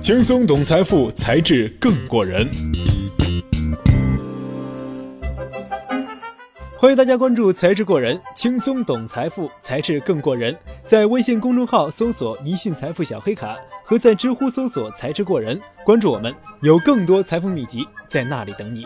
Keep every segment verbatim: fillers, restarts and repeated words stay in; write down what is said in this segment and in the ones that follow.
轻松懂财富，才智更过人。欢迎大家关注才智过人，轻松懂财富，才智更过人。在微信公众号搜索宜信财富小黑卡，和在知乎搜索才智过人，关注我们，有更多财富秘籍在那里等你。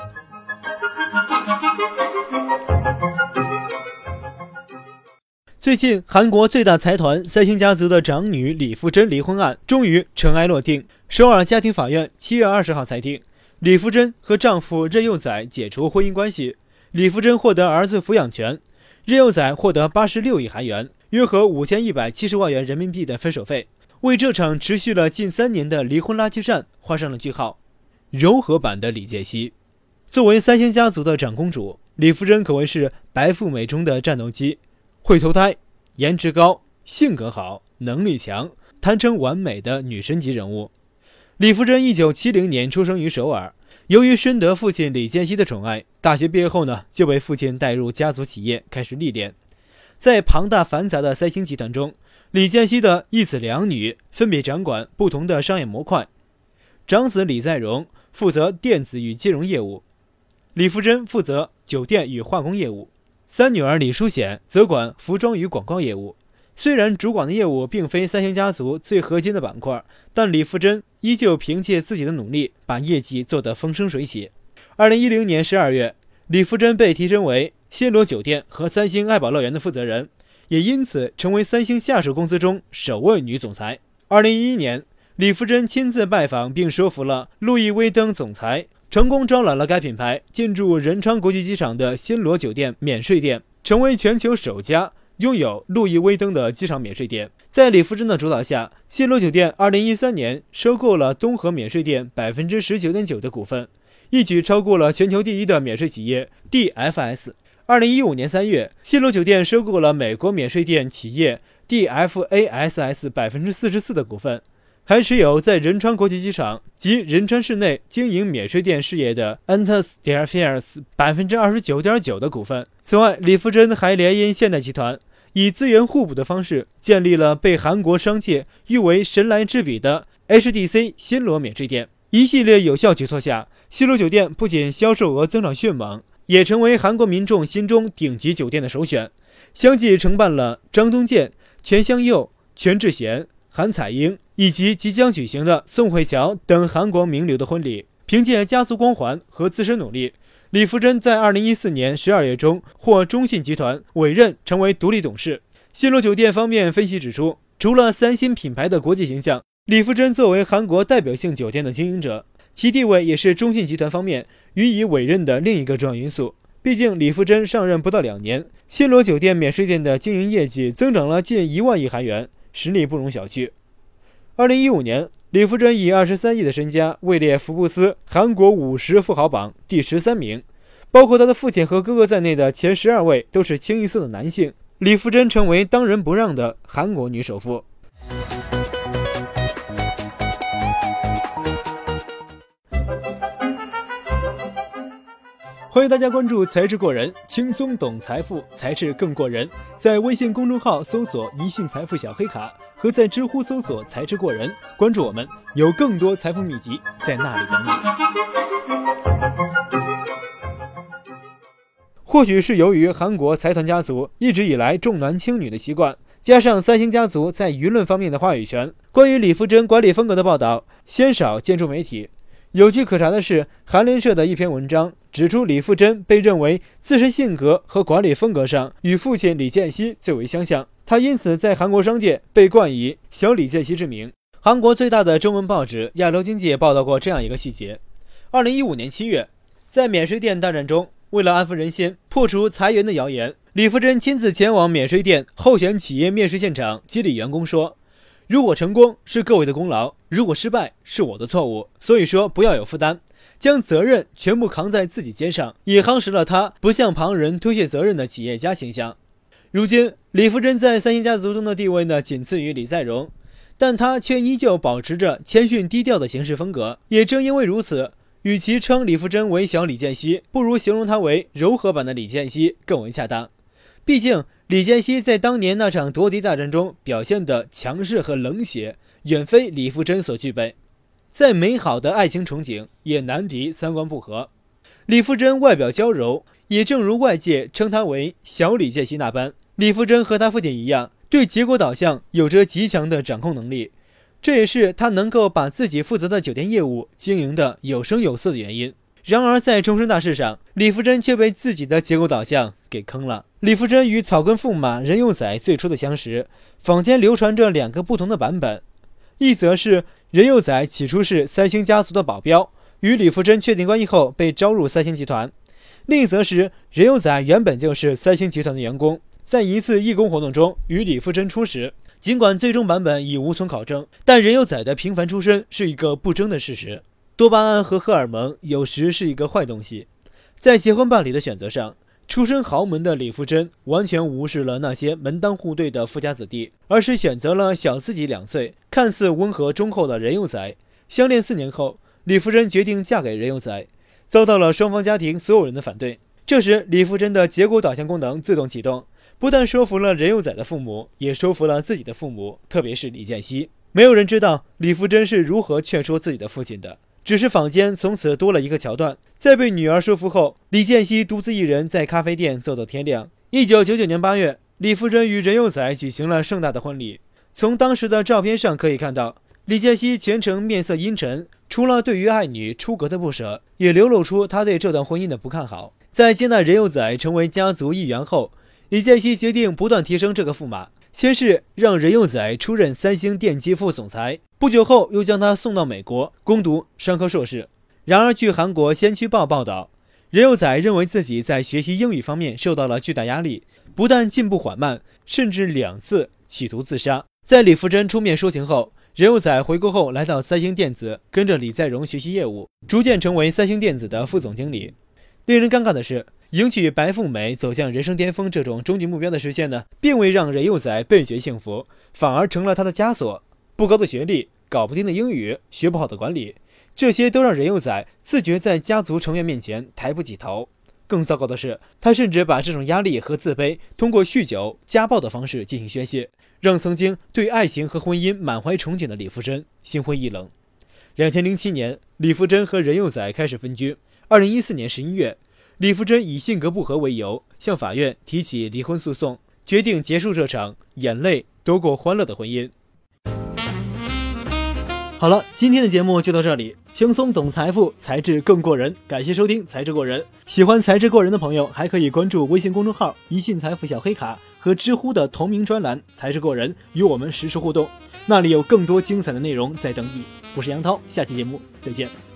最近，韩国最大财团三星家族的长女李富珍离婚案终于尘埃落定。首尔家庭法院七月二十号裁定，李富珍和丈夫任佑载解除婚姻关系。李富珍获得儿子抚养权，任佑载获得八十六亿韩元，约合五千一百七十万元人民币的分手费，为这场持续了近三年的离婚垃圾战画上了句号。柔和版的李健熙，作为三星家族的长公主，李富珍可谓是白富美中的战斗机，会投胎，颜值高，性格好，能力强，堪称完美的女神级人物。李富珍一九七零年出生于首尔，由于深得父亲李健熙的宠爱，大学毕业后呢，就被父亲带入家族企业开始历练。在庞大繁杂的三星集团中，李健熙的一子两女分别掌管不同的商业模块。长子李在镕负责电子与金融业务，李富珍负责酒店与化工业务，三女儿李淑显则管服装与广告业务。虽然主管的业务并非三星家族最核心的板块，但李富珍依旧凭借自己的努力把业绩做得风生水起。二零一零年十二月，李富珍被提升为暹罗酒店和三星爱宝乐园的负责人，也因此成为三星下属公司中首位女总裁。二零一一年，李富珍亲自拜访并说服了路易威登总裁，成功招揽了该品牌进驻仁川国际机场的暹罗酒店免税店，成为全球首家拥有路易威登的机场免税店。在李富珍的主导下，暹罗酒店二零一三年收购了东和免税店 百分之十九点九 的股份，一举超过了全球第一的免税企业 D F S。 二零一五年三月，暹罗酒店收购了美国免税店企业 D F A S S 百分之四十四 的股份，还持有在仁川国际机场及仁川市内经营免税店事业的 Antus Affairs 百分之二十九点九 的股份。此外，李富珍还联姻现代集团，以资源互补的方式建立了被韩国商界誉为神来之笔的 H D C 暹罗免税店。一系列有效举措下，暹罗酒店不仅销售额增长迅猛，也成为韩国民众心中顶级酒店的首选。相继承办了张东健、全香佑、全智贤、韩彩英以及即将举行的宋慧乔等韩国名流的婚礼。凭借家族光环和自身努力，李富珍在二零一四年十二月中获中信集团委任成为独立董事。暹罗酒店方面分析指出，除了三星品牌的国际形象，李富珍作为韩国代表性酒店的经营者，其地位也是中信集团方面予以委任的另一个重要因素。毕竟李富珍上任不到两年，暹罗酒店免税店的经营业绩增长了近一万亿韩元，实力不容小觑。二零一五年，李富珍以二十三亿的身家位列福布斯韩国五十富豪榜第十三名，包括他的父亲和哥哥在内的前十二位都是清一色的男性。李富珍成为当仁不让的韩国女首富。欢迎大家关注才智过人，轻松懂财富，才智更过人。在微信公众号搜索宜信财富小黑卡，和在知乎搜索才智过人，关注我们，有更多财富秘籍在那里等你。或许是由于韩国财团家族一直以来重男轻女的习惯，加上三星家族在舆论方面的话语权，关于李富珍管理风格的报道鲜少见诸媒体。有据可查的是，韩联社的一篇文章指出，李富珍被认为自身性格和管理风格上与父亲李健熙最为相像，他因此在韩国商界被冠以小李健熙之名。韩国最大的中文报纸《亚洲经济》报道过这样一个细节：二零一五年七月，在免税店大战中，为了安抚人心，破除裁员的谣言，李富珍亲自前往免税店候选企业面试现场，激励员工说：“如果成功是各位的功劳，如果失败是我的错误，所以说不要有负担，将责任全部扛在自己肩上，也夯实了他不向旁人推卸责任的企业家形象。”如今，李富珍在三星家族中的地位呢，仅次于李在镕，但他却依旧保持着谦逊低调的行事风格。也正因为如此，与其称李富珍为小李健熙，不如形容他为柔和版的李健熙更为恰当。毕竟李健熙在当年那场夺嫡大战中表现的强势和冷血，远非李富珍所具备。 再美好的爱情憧憬也难敌三观不合。李富真外表娇柔，也正如外界称她为小李健熙那般，李富真和她父亲一样，对结果导向有着极强的掌控能力，这也是她能够把自己负责的酒店业务经营的有声有色的原因。然而在终身大事上，李富真却被自己的结果导向给坑了。李富真与草根驸马任佑载最初的相识，坊间流传着两个不同的版本，一则是任佑载起初是三星家族的保镖，与李富真确定关系后被招入三星集团；另一则是任佑载原本就是三星集团的员工，在一次义工活动中与李富真初识。尽管最终版本已无从考证，但任佑载的平凡出身是一个不争的事实。多巴胺和荷尔蒙有时是一个坏东西，在结婚伴侣的选择上，出身豪门的李富真完全无视了那些门当户对的富家子弟，而是选择了小自己两岁、看似温和忠厚的任佑载。相恋四年后，李富真决定嫁给任佑载，遭到了双方家庭所有人的反对。这时，李富真的结果导向功能自动启动，不但说服了任佑载的父母，也说服了自己的父母，特别是李健熙。没有人知道李富真是如何劝说自己的父亲的。只是坊间从此多了一个桥段，在被女儿说服后，李健熙独自一人在咖啡店坐到天亮。一九九九年八月，李富真与任佑载举行了盛大的婚礼。从当时的照片上可以看到，李健熙全程面色阴沉，除了对于爱女出格的不舍，也流露出他对这段婚姻的不看好。在接纳任佑载成为家族一员后，李健熙决定不断提升这个驸马。先是让任佑载出任三星电机副总裁，不久后又将他送到美国攻读商科硕士。然而据韩国先驱报报道，任佑载认为自己在学习英语方面受到了巨大压力，不但进步缓慢，甚至两次企图自杀。在李富真出面说情后，任佑载回国后来到三星电子，跟着李在镕学习业务，逐渐成为三星电子的副总经理。令人尴尬的是，迎娶白富美走向人生巅峰这种终极目标的实现呢，并未让任佑载倍觉幸福，反而成了他的枷锁。不高的学历，搞不定的英语，学不好的管理，这些都让任佑载自觉在家族成员面前抬不起头。更糟糕的是，他甚至把这种压力和自卑通过酗酒、家暴的方式进行宣泄，让曾经对爱情和婚姻满怀憧憬的李富真心灰意冷。两千零七年，李富真和任佑载开始分居。二零一四年十一月，李富真以性格不合为由，向法院提起离婚诉讼，决定结束这场眼泪多过欢乐的婚姻。好了，今天的节目就到这里，轻松懂财富，才智更过人。感谢收听才智过人，喜欢才智过人的朋友还可以关注微信公众号一信财富小黑卡和知乎的同名专栏才智过人，与我们实时互动，那里有更多精彩的内容在等你。我是杨涛，下期节目再见。